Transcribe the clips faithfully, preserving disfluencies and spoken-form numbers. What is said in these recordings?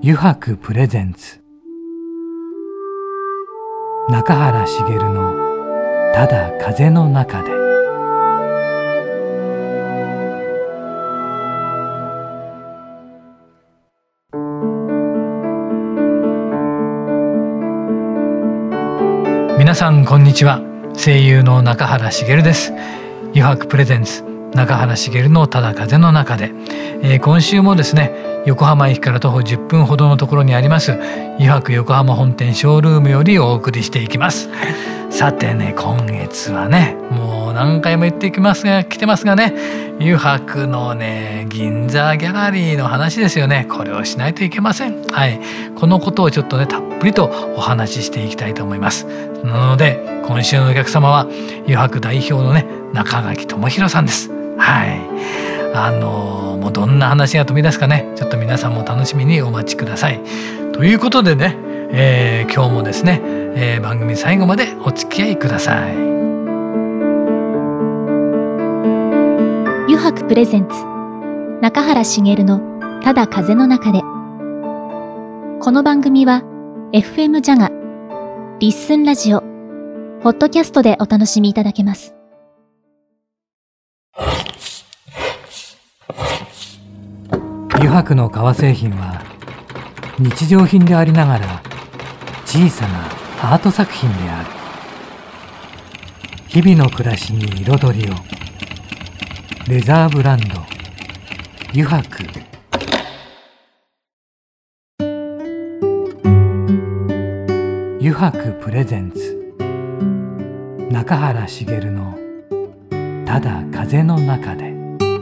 油白プレゼンツ中原茂のただ風の中で。皆さんこんにちは。声優の中原茂です。油白プレゼンツ中原茂のただ風の中で、えー、今週もですね、横浜駅から徒歩じゅっぷんほどのところにあります油白横浜本店ショールームよりお送りしていきます。さてね、今月はね、もう何回も言ってきますが来てますがね、油白のね銀座ギャラリーの話ですよね。これをしないといけません。はい、このことをちょっとねたっぷりとお話ししていきたいと思います。なので今週のお客様は油白代表のね中垣智弘さんです。はい、あのもうどんな話が飛び出すかね、ちょっと皆さんも楽しみにお待ちください。ということでね、えー、今日もですね、えー、番組最後までお付き合いください。 油白プレゼンツ中原茂のただ風の中で。この番組は エフエム ジャガ、リッスンラジオ、ポッドキャストでお楽しみいただけます。 油白の革製品は日常品でありながら小さなアート作品である。日々の暮らしに彩りを。レザーブランド油白。油白プレゼンツ中原茂のただ風の中で。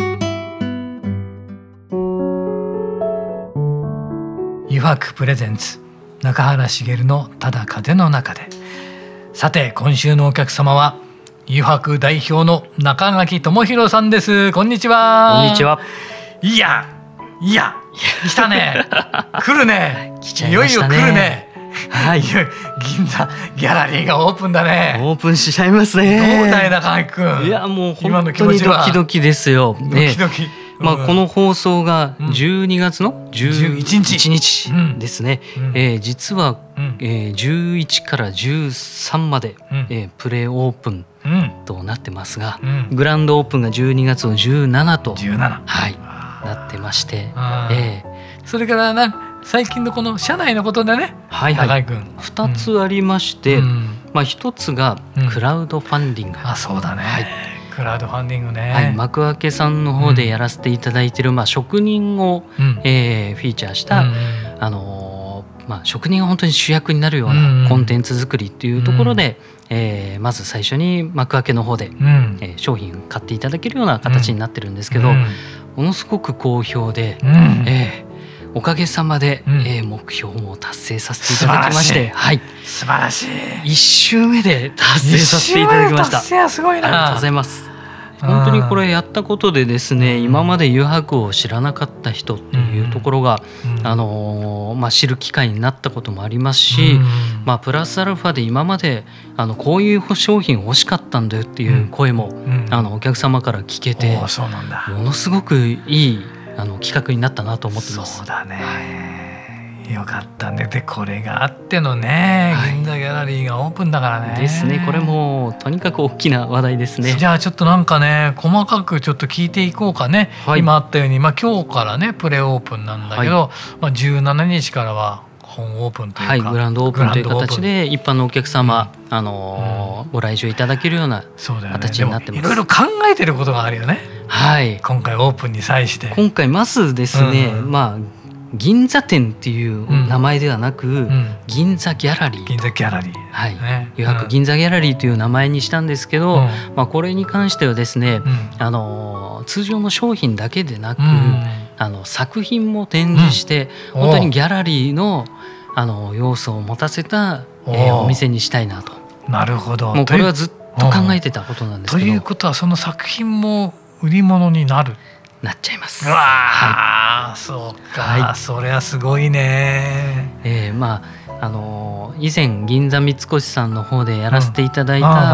油白プレゼンツ中原茂のただ風の中で。さて今週のお客様は油白代表の中垣智弘さんです。こんにちは。 こんにちは。 いやいや来たね来るね来ちゃいましたね。 いよいよ来るね。 はい、 銀座ギャラリーがオープンだね。 オープンしちゃいますね。 どうだい中垣くん。 いやもう本当にドキドキですよ。 ドキドキ、 まあ、この放送がじゅうにがつのじゅういちにちですね、うんうん、えー、実は、うんえー、じゅういちからじゅうさんまで、うんえー、プレオープンとなってますが、うん、グランドオープンがじゅうにがつのじゅうしちとじゅうなな、 はい、なってまして、 えー、それからな最近のこの社内のことでね、 はいはい、 中井君ふたつありまして、うんまあ、ひとつがクラウドファンディング、 うん、あそうだね、はいクラウドファンディングね、 はい、幕開けさんの方でやらせていただいている、うんまあ、職人を、うんえー、フィーチャーした、うんあのーまあ、職人が本当に主役になるようなコンテンツ作りっていうところで、うんえー、まず最初に幕開けの方で、うんえー、商品を買っていただけるような形になってるんですけど、うん、ものすごく好評で、うんえーおかげさまで、うんえー、目標も達成させていただきまして、はい、 素晴らしい。 いち週目で達成させていただきました。 達成はすごいな。 ありがとうございます。本当にこれやったことでですね、今まで油白を知らなかった人っていうところが、うんあのーまあ、知る機会になったこともありますし、うんまあ、プラスアルファで今まであのこういう商品欲しかったんだよっていう声も、うんうん、あのお客様から聞けて、 そうなんだ。 ものすごくいいあの企画になったなと思ってます。 そうだね、はい、よかったね。でこれがあってのね、はい、銀座ギャラリーがオープンだからね。 ですね。これもとにかく大きな話題ですね。 じゃあちょっとなんかね細かくちょっと聞いていこうかね、はい、今あったように、まあ、今日からねプレオープンなんだけど、はいまあ、じゅうしちにちからは本オープンというか、 はい、グランドオープンという形で一般のお客様、うんあのーうん、ご来場いただけるような形になってます。 いろいろ考えてることがあるよね。 はい、 今回オープンに際して今回まずですね、うんまあ、銀座店っていう名前ではなく、うん、銀座ギャラリー銀座ギャラリー、 はいね、油白銀座ギャラリーという名前にしたんですけど、うんまあ、これに関してはですね、うん、あの通常の商品だけでなく、うん、あの作品も展示して、うん、本当にギャラリーの、あの要素を持たせた、えー、お店にしたいなと。 なるほど。 もうこれはずっと考えてたことなんですけど、 ということはその作品も売り物になるなっちゃいます。 うわ、はい、そうか、はい、それはすごいね。 えー、まああのー、以前銀座三越さんの方でやらせていただいた、うん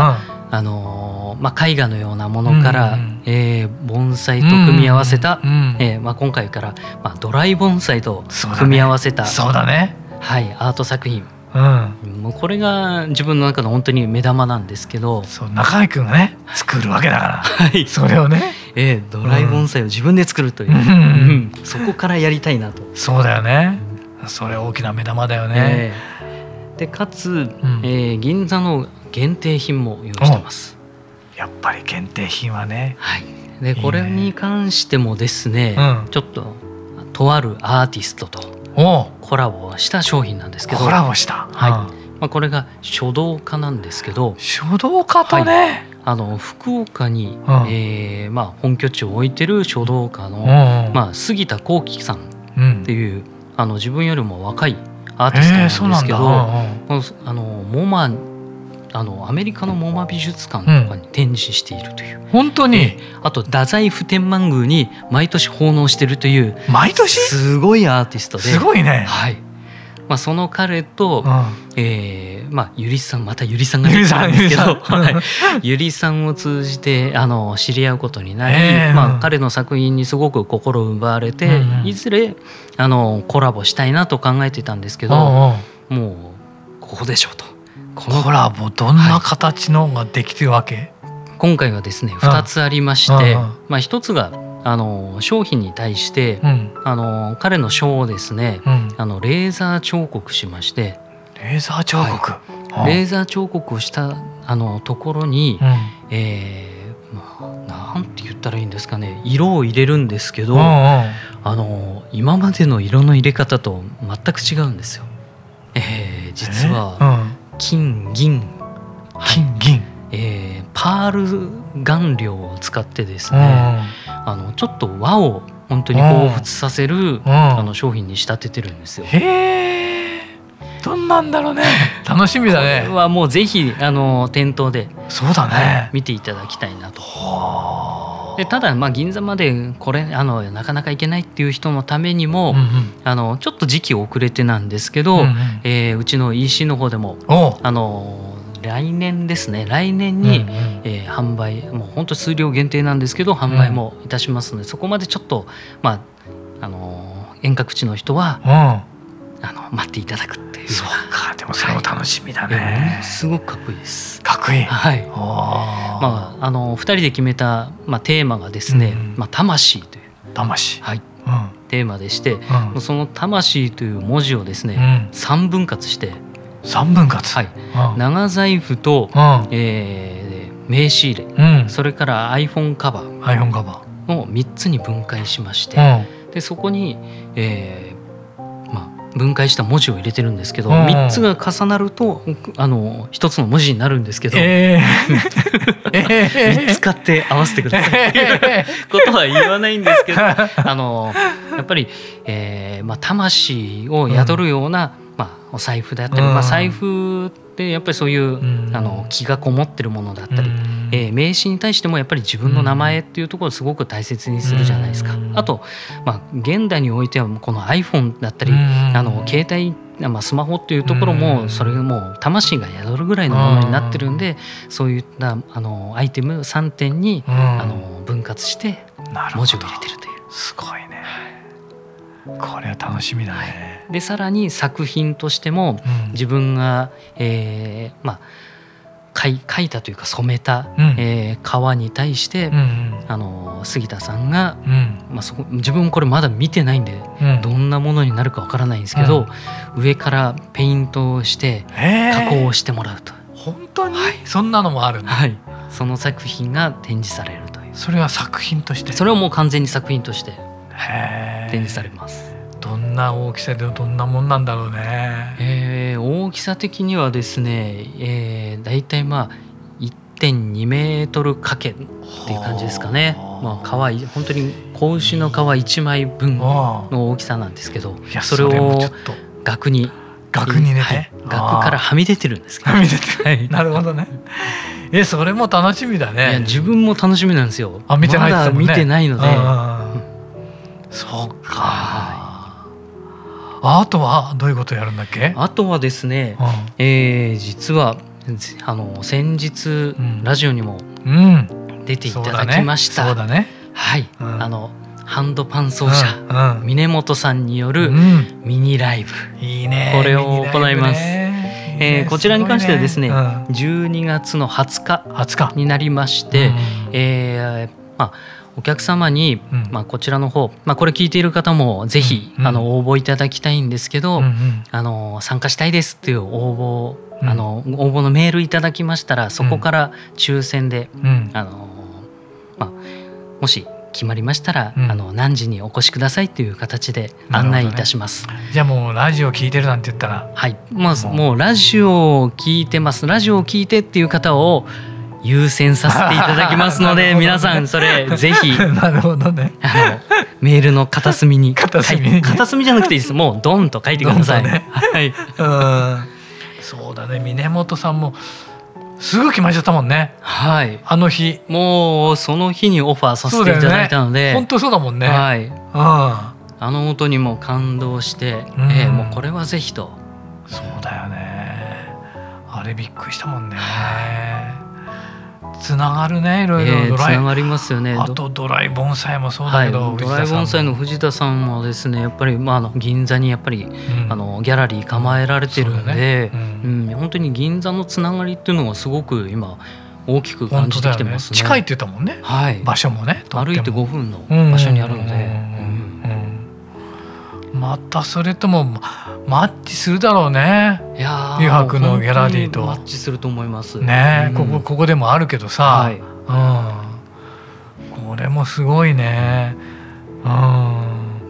あのーまあ、絵画のようなものから、うんうん、えー、盆栽と組み合わせた、うんうん、えーまあ、今回から、まあ、ドライ盆栽と組み合わせた、 そうだね、 はい、アート作品、 うん、 もうこれが自分の中の本当に目玉なんですけど、 そう中井くんがね作るわけだから、 はい、 それをね、 えー、ドライ盆栽を自分で作るという、うんうん、そこからやりたいなと。 そうだよね、それ大きな目玉だよね、えー、でかつ、うん、えー、銀座の限定品も用意してます。 やっぱり限定品はね、 はい、でこれに関してもですね、うん、ちょっととあるアーティストとコラボした商品なんですけど、 コラボした、 はい、うん、まあ、これが書道家なんですけど、 書道家とね、はい、 あの福岡に、うん、えーまあ、本拠地を置いてる書道家の、うん、まあ、杉田幸喜さんっていう、うん、あの自分よりも若いアーティストなんですけど、えー、あのモマあのアメリカのモマ美術館とかに展示しているという、 うん、本当に、 あと太宰府天満宮に毎年奉納しているという、 毎年すごいアーティストで、 すごいね、 はい、まあ、その彼と、うん、えーまあ、ゆりさん、またゆりさんが出てたんですけど、はい、ゆりさんを通じてあの知り合うことになり、えーまあ、彼の作品にすごく心奪われて、うんうん、いずれあのコラボしたいなと考えていたんですけど、うんうん、もうここでしょうと。 このコラボどんな形のができてるわけ、はい、 今回はですねふたつありまして、うんうん、まあ、ひとつがあの商品に対して、うん、あの彼の書をですね、うん、あのレーザー彫刻しまして、 レーザー彫刻、 はい、レーザー彫刻をしたあのところに、うん、えーまあ、なんて言ったらいいんですかね、色を入れるんですけど、うんうん、あの今までの色の入れ方と全く違うんですよ。えー、実は、えーうん、金銀金銀、はい、 えー、パール顔料を使ってですね、あのちょっと和を本当に彷彿させるあの商品に仕立ててるんですよ。 へー、どんなんだろうね、楽しみだね。 これはもうぜひあの店頭で、 そうだね、はい、 見ていただきたいなと。でただまあ銀座までこれあのなかなか行けないっていう人のためにも、うんうん、あのちょっと時期遅れてなんですけど、うんうん、えー、うちの イーシー の方でもあの来年ですね、来年に、うんうん、えー、販売、もう本当数量限定なんですけど販売もいたしますので、うん、そこまでちょっと、まあ、あの遠隔地の人は、うん、あの待っていただくっていう。 そうか、でもそれも楽しみだね、 はい、すごくかっこいいです。 かっこいい、 はい、まあ、あのふたりで決めた、まあ、テーマがですね、うん、まあ、魂という魂、 はい、うん、テーマでして、うん、その魂という文字をですね、うん、さんぶん割してさんぶん割、 はい、うん、長財布と、うん、えー、名刺入れ、うん、それから iPhone カバー iPhone カバーのみっつに分解しまして、うん、でそこに、えーまあ、分解した文字を入れてるんですけど、うん、みっつが重なるとあのひとつの文字になるんですけど、えーえー、みっつ買って合わせてくださいっていうことは言わないんですけど、あのやっぱり、えーまあ、魂を宿るような、うん、まあ、お財布であったり、うん、まあ、財布ってやっぱりそういう、うん、あの気がこもってるものだったり、うん、えー、名刺に対してもやっぱり自分の名前っていうところをすごく大切にするじゃないですか、うん、あと、まあ、現代においてはこの iPhone だったり、うん、あの携帯、まあ、スマホっていうところもそれがもう魂が宿るぐらいのものになってるんで、そういったあのアイテムさんてんに、うん、あの分割して文字を入れてるという。 すごいね、これは楽しみだね。 でさらに作品としても、うん、自分が、えーまあ、描い、描いたというか染めた、うん、えー、革に対して、うんうん、あの杉田さんが、うん、まあ、そこ自分これまだ見てないんで、うん、どんなものになるかわからないんですけど、うん、上からペイントをして加工をしてもらうと。 本当に、はい、そんなのもあるんだ、 はい、その作品が展示されるという。 それは作品として？ それはもう完全に作品として展示されます。 どんな大きさでどんなもんなんだろうね。 えー、大きさ的にはですね、えー、だいたいまあ いってんにメートルかけっていう感じですかね。まあ、皮本当に子牛の皮いちまいぶんの大きさなんですけど、それを額に額に入れて、はい、 額からはみ出てるんですけど、 はみ出てる、はい、なるほどね。え、それも楽しみだね。 いや、自分も楽しみなんですよ。 あ、見てないですもんね。 まだ見てないので、 うん、そうか、はい。あとはどういうことやるんだっけ？ あとはですね、うん、えー、実はあの先日、うん、ラジオにも出ていただきました。 そうだね。そうだね。 はい、うん、あのハンドパン奏者、うんうん、峰本さんによるミニライブ、 うん、いいね、 これを行います。えー、こちらに関してはですね、うん、じゅうにがつのはつかになりまして、うん、えーまあ、お客様に、うん、まあ、こちらの方、まあ、これ聞いている方もぜひ、うん、あの応募いただきたいんですけど、うんうん、あの参加したいですっていう応募、うん、あの応募のメールいただきましたら、そこから抽選で、うん、あのまあ、もし決まりましたら、うん、あの何時にお越しくださいっていう形で案内いたします、 ね、じゃあもうラジオ聞いてるなんて言ったら、 はい、まあ、もうラジオを聞いてます、ラジオを聞いてっていう方を優先させていただきますので、ね、皆さんそれぜひなるほどね、 あのメールの片隅に片隅に、はい、 片隅じゃなくていいです、もうドンと書いてください、ね、はい、うん、 そうだね、峰本さんもすぐ決まっちゃったもんね。はい。あの日。 もうその日にオファーさせていただいたので。 ね、本当そうだもんね。 はい。うん。あの音にも感動して、うん、えー、もうこれはぜひと。 そうだよね。あれびっくりしたもんね。つながるね、いろいろ、 えー、つながりますよね。 あとドライ盆栽もそうだけど、 はい、ドライ盆栽の藤田さんもですね、やっぱり、まあ、あの銀座にやっぱり、うん、あのギャラリー構えられてるんで、ね、うんうん、本当に銀座のつながりっていうのがすごく今大きく感じてきてますね。 近いって言ったもんね、はい、場所もね、 歩いてごふんの場所にあるので、 またそれともマッチするだろうね。いや余白のギャラリーとマッチすると思いますね、うん、ここ、ここでもあるけどさ、はい、うん、これもすごいね、うん、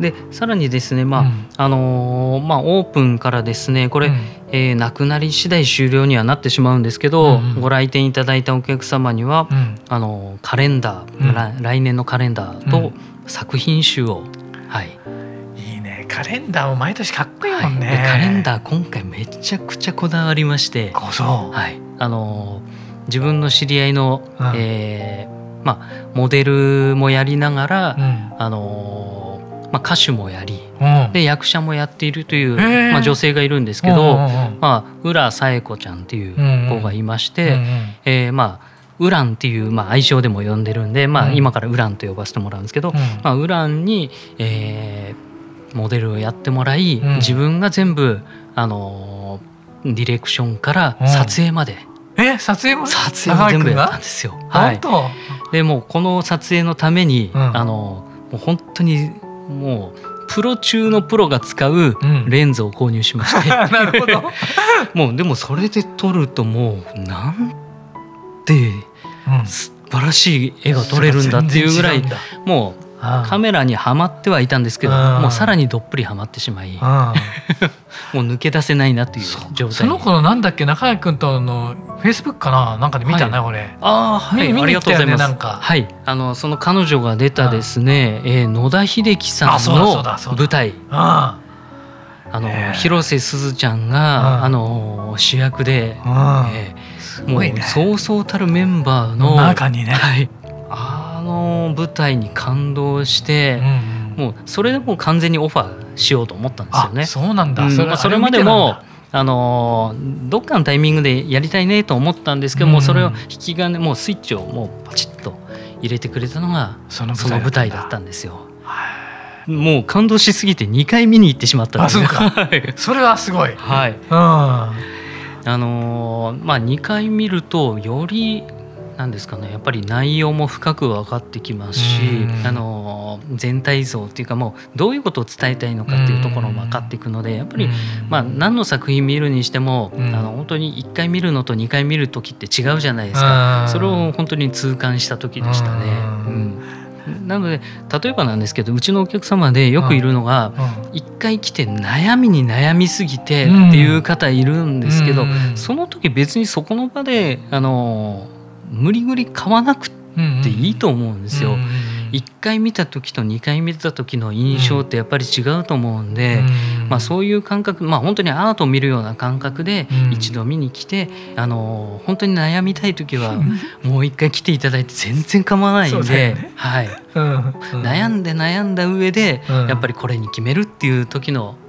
でさらにですね、まあ、うん、あのー、まあ、オープンからですね、これ、うん、えー、なくなり次第終了にはなってしまうんですけど、うんうん、ご来店いただいたお客様には、うん、あのー、カレンダー、うん、来年のカレンダーと作品集を、はい、 カレンダーも毎年かっこいいもんね、 はい、でカレンダー今回めちゃくちゃこだわりまして、 そう、 はい、あの自分の知り合いの、うん、えーまあ、モデルもやりながら、うん、あのまあ、歌手もやり、うん、で役者もやっているという、まあ、女性がいるんですけど、うんうんうん、まあ、浦紗恵子ちゃんっていう子がいまして、うんうん、えー、まあウランっていう、まあ、愛称でも呼んでるんで、まあ、今からウランと呼ばせてもらうんですけど、うん、まあ、ウランに、えーモデルをやってもらい、うん、自分が全部、あのー、ディレクションから撮影まで、 うん、え撮影も撮影も全部やったんですよ。はい、でもうこの撮影のために、うん、あのもう本当にもうプロ中のプロが使うレンズを購入しまして、うん、なるほどもうでもそれで撮るともうなんて素晴らしい絵が撮れるんだっていうぐらい、もうカメラにはまってはいたんですけど、もうさらにどっぷりはまってしまいもう抜け出せないなという状態。 そ, その子のなんだっけ、中谷君とのフェイスブックかな、なんかで見たね、はい、俺。 あ、はい、ありがとうございます。なんか、はい、あのその彼女が出たですね、えー、野田秀樹さんの舞台、あの広瀬すずちゃんがあの主役で、えー、もうそうそうたるメンバーの中にね、はい、 あの舞台に感動して、うんうん、もうそれでもう完全にオファーしようと思ったんですよね。 あ、そうなんだ、うん、 それ、それまでもあのどっかのタイミングでやりたいねと思ったんですけども、うん、それを引き金、もうスイッチをもうパチッと入れてくれたのがその舞台だったんですよ。もう感動しすぎてにかい見に行ってしまったんです。 あ、そうかそれはすごい、 はい、うん、あのー、まあにかい見るとよりなんですかね、やっぱり内容も深く分かってきますし、あの全体像っていうか、もうどういうことを伝えたいのかっていうところも分かっていくので、やっぱりまあ何の作品見るにしても、あの本当にいっかい見るのとにかい見る時って違うじゃないですか。それを本当に痛感した時でしたね。うん、なので例えばなんですけど、うちのお客様でよくいるのが、いっかい来て悩みに悩みすぎてっていう方いるんですけど、その時別にそこの場であの無理無理買わなくていいと思うんですよ。いっかい見た時とにかい見た時の印象ってやっぱり違うと思うんで、まあ、そういう感覚、まあ、本当にアートを見るような感覚で一度見に来て、あの本当に悩みたい時はもう一回来ていただいて全然構わないんで、はい、悩んで悩んだ上でやっぱりこれに決めるっていう時の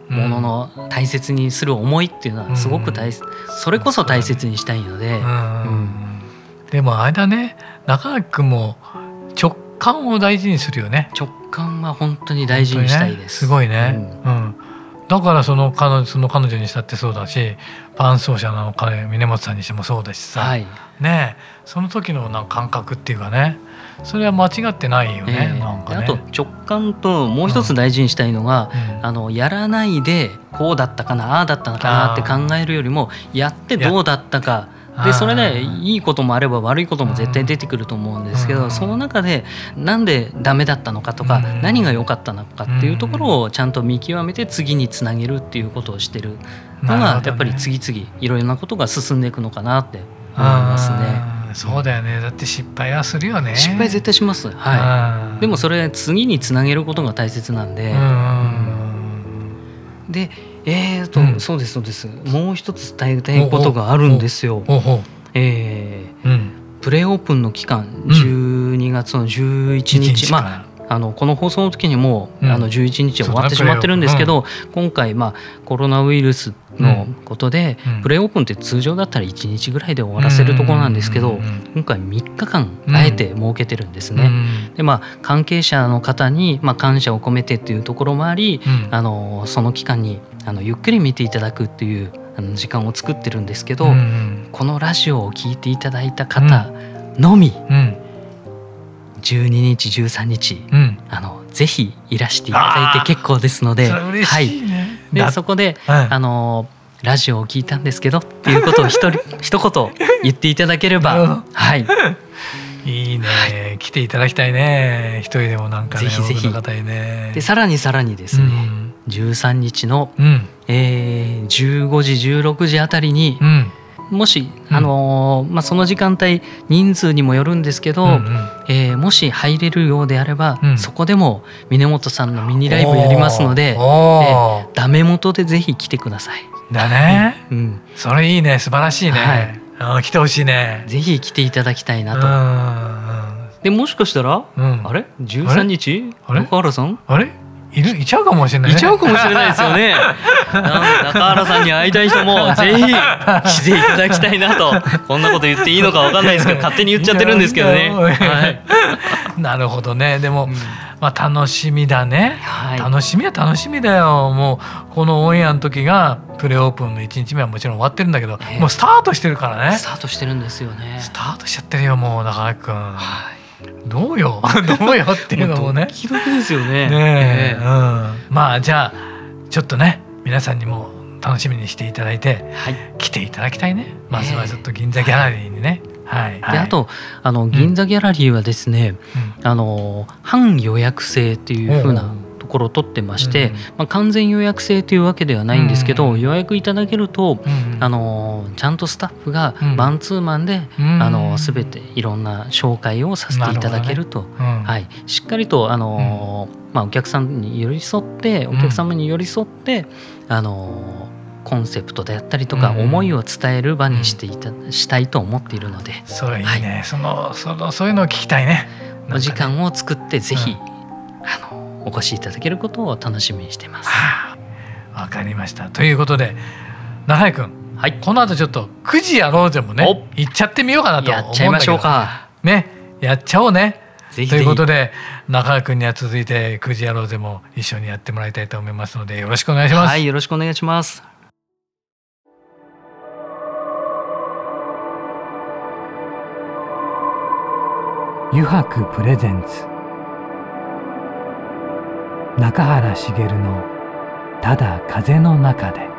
ものの大切にする思いっていうのはすごく大切、それこそ大切にしたいので、うんうん、 でもあれだね、中垣君も直感を大事にするよね。 直感は本当に大事にしたいです、 ね、すごいね、うんうん、だからその彼女、その彼女にしたってそうだし、パン奏者の彼峰本さんにしてもそうだしさ、はい、ね、その時のなんか感覚っていうかね、それは間違ってないよね、えー、なんかね。 あと直感ともう一つ大事にしたいのが、うんうん、あのやらないでこうだったかな、ああだったのかなって考えるよりも、やってどうだったかで、それでいいこともあれば悪いことも絶対出てくると思うんですけど、その中でなんでダメだったのかとか、何が良かったのかっていうところをちゃんと見極めて次につなげるっていうことをしてるのが、やっぱり次々いろいろなことが進んでいくのかなって思いますね。 そうだよね。だって失敗はするよね。 失敗絶対します、はい、でもそれ次につなげることが大切なんで、うんでえーと、うん、そうですそうです、もう一つ伝えたいことがあるんですよ。えーうん、プレオープンの期間、じゅうにがつのじゅういちにち、まああのこの放送の時にも、うん、あのじゅういちにち終わってしまってるんですけど、うん、今回、まあ、コロナウイルスのことで、うん、プレオープンって通常だったらいちにちぐらいで終わらせるところなんですけど、うん、今回みっかかんあえて設けてるんですね、うん、でまあ、関係者の方に、まあ、感謝を込めてっていうところもあり、うん、あのその期間にあのゆっくり見ていただくっていうあの時間を作ってるんですけど、うん、このラジオを聞いていただいた方のみ、うんうんじゅうににちじゅうさんにち、うん、あのぜひいらしていただいて結構ですので、 嬉しいね、 はい、でそこで、うん、あのラジオを聞いたんですけどっていうことを一人一言言っていただければ、うん、はいいいね、はい、来ていただきたいね、一人でもなんかね、ぜひぜひ、ね、 でさらにさらにですね、うん、じゅうさんにちの、うんえー、じゅうごじじゅうろくじあたりに、うんもし、あのーまあ、その時間帯人数にもよるんですけど、うんうんえー、もし入れるようであれば、うん、そこでも峰本さんのミニライブやりますので、えー、ダメ元でぜひ来てください。 だね、うん、それいいね、素晴らしいね、はい、あ来てほしいね。 ぜひ来ていただきたいなと。うんでもしかしたら、うん、あれじゅうさんにち中原さんあれいるいちゃうかもしれない、ね、 いちゃうかもしれないですよね中原さんに会いたい人もぜひ来ていただきたいなとこんなこと言っていいのか分かんないですけど勝手に言っちゃってるんですけどね、はい、 なるほどね。でも、うんまあ、楽しみだね、はい、楽しみは楽しみだよ。もうこのオンエアの時がプレオープンのいちにちめはもちろん終わってるんだけど、えー、もうスタートしてるからね。 スタートしてるんですよね。 スタートしちゃってるよもう中垣くん、はいどうよどうよっていうのもねドキドキですよね。 ねえ、うん、まあじゃあちょっとね皆さんにも楽しみにしていただいて、はい、来ていただきたいね。まずはちょっと銀座ギャラリーにね、はいはい、 であとあの銀座ギャラリーはですね、うん、あの半予約制っていう風なところを取ってまして、うんまあ、完全予約制というわけではないんですけど、うん、予約いただけると、うん、あのちゃんとスタッフがマンツーマンで、うん、あの全ていろんな紹介をさせていただけると、ねうんはい、しっかりとあの、うんまあ、お客さんに寄り添ってお客様に寄り添って、うん、あのコンセプトであったりとか、うん、思いを伝える場にしていた、うん、したいと思っているので、 それいいね、はい、そのそのそういうのを聞きたいね。 お時間を作ってぜひ、うん、あのお越しいただけることを楽しみにしています。 わ、はあ、かりました。ということで中井くん、はい、この後ちょっとくじやろうぜもね行っちゃってみようかなと思うんだけど、やっちゃいましょうかね、やっちゃおうね。ぜひぜひということで中井くんには続いてくじやろうぜも一緒にやってもらいたいと思いますのでよろしくお願いします。 はい、よろしくお願いします。 油白プレゼンツ中原茂のただ風の中で。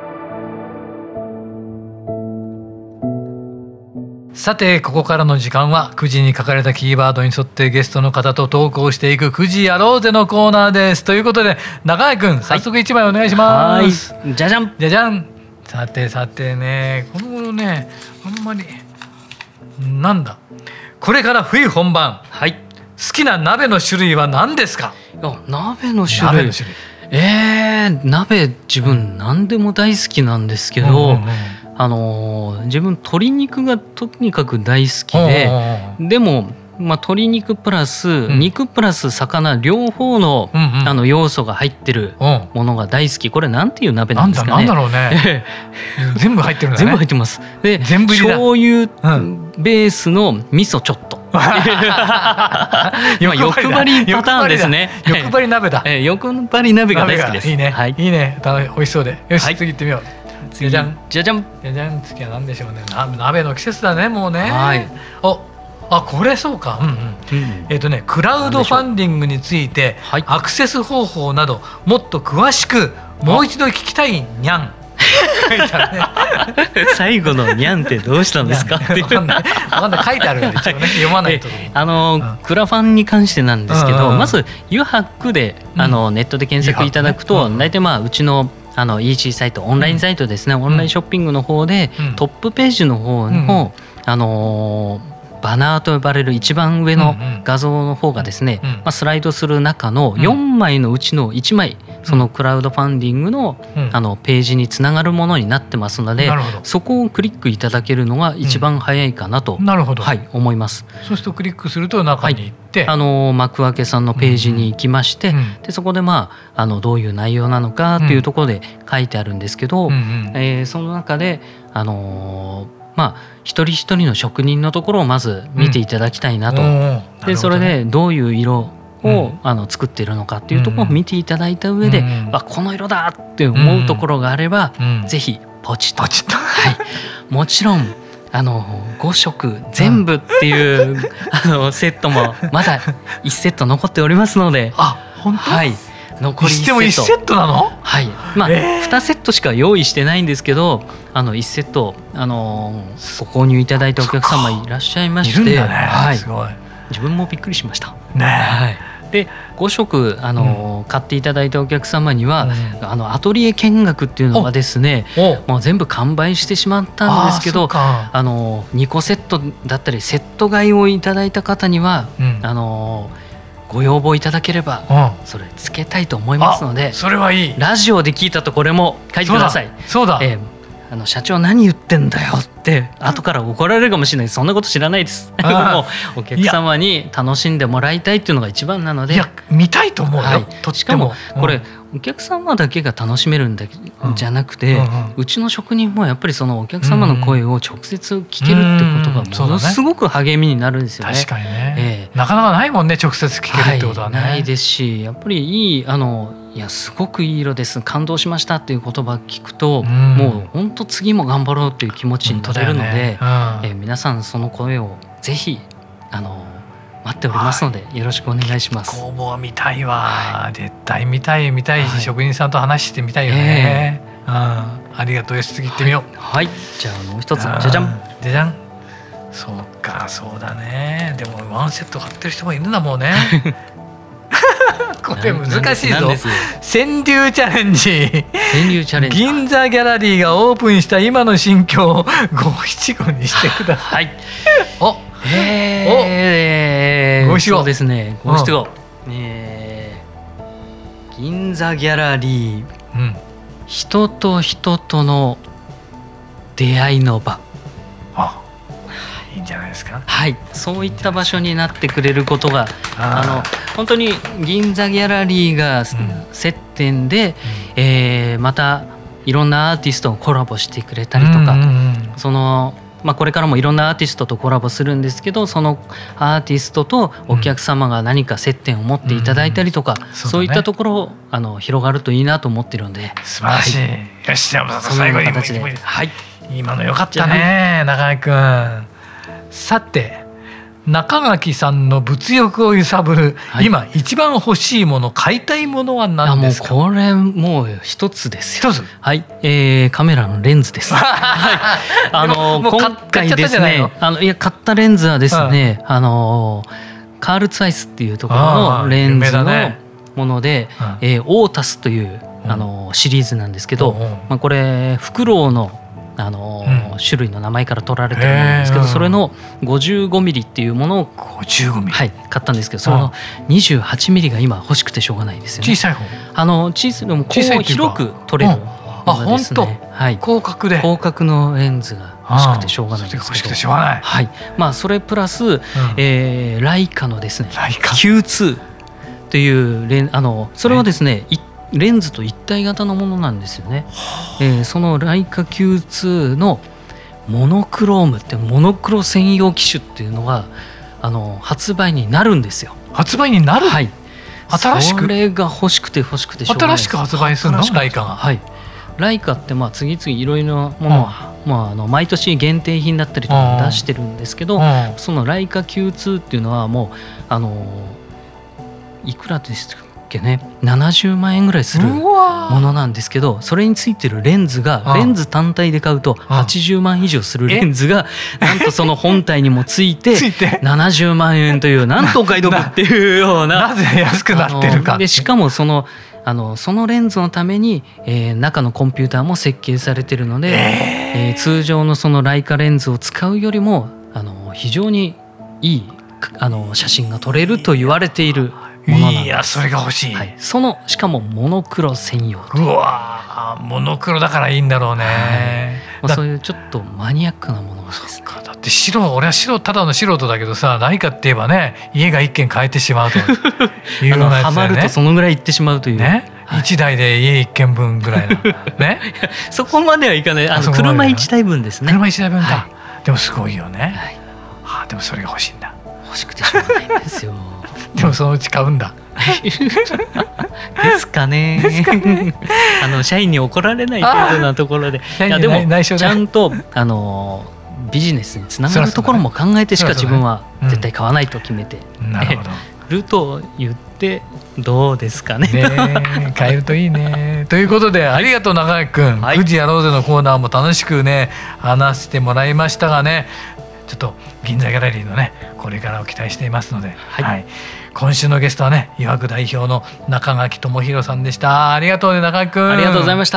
さてここからの時間はくじに書かれたキーワードに沿ってゲストの方とトークをしていくくじやろうぜのコーナーです。ということで中井くん早速いちまいお願いします。 はい、じゃじゃんじゃじゃん。さてさてねこの頃ねあんまりなんだこれから冬本番、はい、好きな鍋の種類は何ですか？ 鍋の種類、鍋の種類えー、鍋自分何でも大好きなんですけど、うんうんうん、あのー、自分鶏肉がとにかく大好きで、うんうんうん、でもまあ、鶏肉プラス、うん、肉プラス魚両方の、うんうん、あの要素が入ってるものが大好き。これなんていう鍋なんですかね。 なんだろうね全部入ってるんだね。 全部入ってます。で全部醤油ベースの味噌ちょっと今欲張りパターンですね。 欲張り鍋だ。 欲張り鍋が大好きです。 いいね、 はい、 いいね、美味しそうで。よし、はい、次行ってみよう。 じゃじゃんじゃじゃんじゃじゃん。次は何でしょうね。鍋の季節だね、もうね。 はい。 お、あ、これそうか。うんうん。うん、えっとね、クラウドファンディングについて、はい、アクセス方法などもっと詳しくもう一度聞きたいにゃん。書いてあるね最後のにゃんってどうしたんですかっていう。 わかんない、わかんない、書いてあるよね、一応ね、読まないと。 あの、うん、クラファンに関してなんですけど、うんうん、まずユハックであの、うん、ネットで検索いただくと、ね、大体まあうちのあの イーシー サイト、オンラインサイトですね、うん、オンラインショッピングの方で、うん、トップページの方の、うん、あのーバナーと呼ばれる一番上の画像の方がですね、うんうん、まあ、スライドする中のよんまいのうちのいちまい、うん、そのクラウドファンディング の,、うん、あのページにつながるものになってますので、そこをクリックいただけるのが一番早いかなと、 うん、なるほど、 はい、思います。 そうするとクリックすると中に行って、はい、 あの幕開けさんのページに行きまして、うんうん、でそこで、まあ、あのどういう内容なのかっていうところで書いてあるんですけど、うんうん、えー、その中であのーまあ、一人一人の職人のところをまず見ていただきたいなと、うん、でそれでどういう色を、うん、あの作っているのかっていうところを見ていただいた上で、うん、あ、この色だって思うところがあれば、うん、ぜひポチッと、 ポチッと、 はい、もちろんあのご色全部っていう、うん、あのセットもまだいちセット残っておりますので、 あ、本当？ はい、残りいちセット。 してもいちセットなの？ はい、まあ、えー、にセットしか用意してないんですけど、あのいちセット、あのー、ご購入いただいたお客様いらっしゃいまして、 いるんだね、 はい、 すごい。 自分もびっくりしましたね。 はい、でご色、あのーうん、買っていただいたお客様には、うん、あのアトリエ見学っていうのがですね、もう全部完売してしまったんですけど、あ、あのー、にこセットだったりセット買いをいただいた方には、うん、あのーご要望いただければそれつけたいと思いますので、 それはいい。 ラジオで聞いたとこれも書いてください。 そうだ、 えー、あの社長何言ってんだよって後から怒られるかもしれない。そんなこと知らないですもうお客様に楽しんでもらいたいっていうのが一番なので、 いや見たいと思うよ、はい、としかもこれ、うん、お客様だけが楽しめるんだじゃなくて、うんうんうん、うちの職人もやっぱりそのお客様の声を直接聞けるってことがものすごく励みになるんですよね。 確かにね、えー、なかなかないもんね、直接聞けるってことはね、 はい、ないですし、やっぱりいいあのいやすごくいい色です、感動しましたっていう言葉を聞くと、うん、もう本当次も頑張ろうっていう気持ちになれるので、ね、うん、えー、皆さんその声をぜひあの待っておりますので、はい、よろしくお願いします。 工房見たいわ、はい、絶対見たい見たいし、はい、職人さんと話してみたいよね、えー、うん、ありがとう。よし、次行ってみよう。 はい、はい、じゃあもう一つ、じゃじゃんじゃじゃん。そうか、そうだね。でもワンセット買ってる人もいるんだもんねこれ難しいぞ。川柳チャレンジ。 川柳チャレンジ。 銀座ギャラリーがオープンした今の心境を五七五にしてください。 はい。お、えー、 五七五。 そうですね。五七五。えー、銀座ギャラリー、うん、人と人との出会いの場。 あ、いいんじゃないですか。 はい、そういった場所になってくれることが、あの本当に銀座ギャラリーが接点で、うん、えー、またいろんなアーティストをコラボしてくれたりとか、うんうんうん、そのまあ、これからもいろんなアーティストとコラボするんですけど、そのアーティストとお客様が何か接点を持っていただいたりとか、うんうん、 そう, そういったところをあの広がるといいなと思っているので、 素晴らしい、はい、よし、じゃあ最後に形で、はい、 今のよかったね、中垣くん。さて、中垣さんの物欲を揺さぶる、はい、今一番欲しいもの、買いたいものは何ですか？ もうこれもう一つですよ。 一つ、 はい、えー、カメラのレンズですはい、あの今回ですね、あのいや買ったレンズはですね、うん、あのカールツアイスっていうところのレンズのもので、うん、えー、オータスという、うん、あのシリーズなんですけど、うん、まあ、これフクロウのあの、うん、種類の名前から取られてるものなんですけど、それのごじゅうごミリっていうものをごじゅうごミリ、 はい、買ったんですけど、そのにじゅうはちミリが今欲しくてしょうがないですよね。 小さい方、 あの小さいのもこう広く撮れる、 あ、本当、 はい、 広角で広角のレンズが欲しくてしょうがないんですけど、 欲しくてしょうがない、 はい、まあそれプラス、うんえー、ライカのですねライカキューツー というレンあのそれはですねレンズと一体型のものなんですよね、えー、そのライカ キューツー のモノクロームってモノクロ専用機種っていうのがあの発売になるんですよ。 発売になる、はい、新しくそれが欲しくて欲しくてしょうがないです。 新しく発売するのライカが。 はい、ライカってまあ次々いろいろなものを、うんまあ、あの毎年限定品だったりとか出してるんですけど、うん、そのライカ キューツー っていうのはもうあのいくらですかね、ななじゅうまんえんぐらいするものなんですけど、それについてるレンズがレンズ単体で買うとはちじゅうまん以上するレンズがなんとその本体にもついてななじゅうまんえんというなんとお買い得っていうようななぜ安くなってるかでしかもそのあのそのレンズのために、えー、中のコンピューターも設計されているので、えーえー、通常のそのライカレンズを使うよりもあの非常にいいあの写真が撮れると言われているものなんです。 いやそれが欲しい、 はい、そのしかもモノクロ専用。 うわモノクロだからいいんだろうね、 はい、そういうちょっとマニアックなものがですね。 だって白俺は白ただの素人だけどさ、ライカって言えばね家が一軒買えてしまうというようなやつだよね。 ハマるとそのぐらいいってしまうというね、はい、いちだいで家一軒分ぐらいのねそこまではいかない。あの車いちだいぶんですね。 車いちだいぶんか、はい、でもすごいよね、 はいはあ、でもそれが欲しいんだ。 欲しくてしょうがないんですよでもそのうち買うんだですかねあの社員に怒られない程度なところでいやでもちゃんとあのビジネスにつながるところも考えてしか自分は絶対買わないと決めてると言ってどうですかね。 ね買えるといいねということでありがとう中垣くん、はい、くじやろうぜのコーナーも楽しくね話してもらいましたがね、ちょっと銀座ギャラリーのねこれからを期待していますので、はいはい、今週のゲストはね余白代表の中垣智弘さんでした。ありがとうね中垣くん。 ありがとうございました。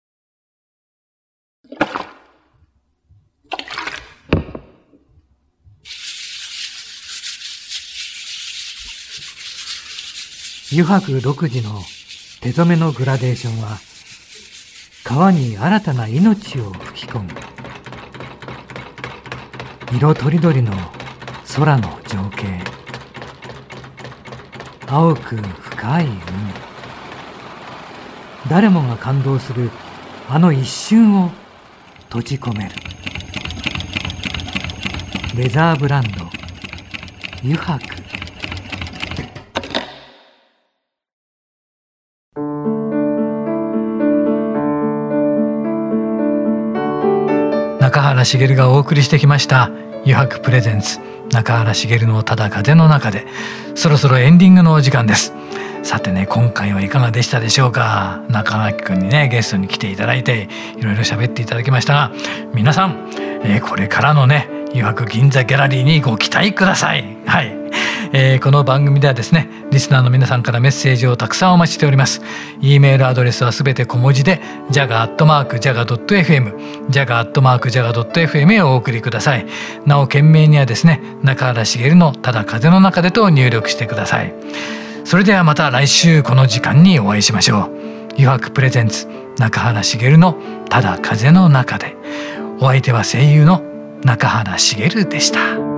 余白独自の手染めのグラデーションは川に新たな命を吹き込む。色とりどりの空の情景、青く深い海、誰もが感動するあの一瞬を閉じ込める。レザーブランド余白。中原茂がお送りしてきました余白プレゼンツ中原茂のただ風の中で、そろそろエンディングのお時間です。さてね今回はいかがでしたでしょうか。中垣くんにねゲストに来ていただいていろいろ喋っていただきましたが、皆さん、えー、これからのね余白銀座ギャラリーにご期待ください。はい、えー、この番組ではですねリスナーの皆さんからメッセージをたくさんお待ちしております。 E メールアドレスはすべて小文字で ジャガ アットマーク ジャガ ドット エフエム ジャガ アットマーク ジャガ ドット エフエム へお送りください。なお件名にはですね中原茂のただ風の中でと入力してください。それではまた来週この時間にお会いしましょう。余白プレゼンツ中原茂のただ風の中で、お相手は声優の中原茂でした。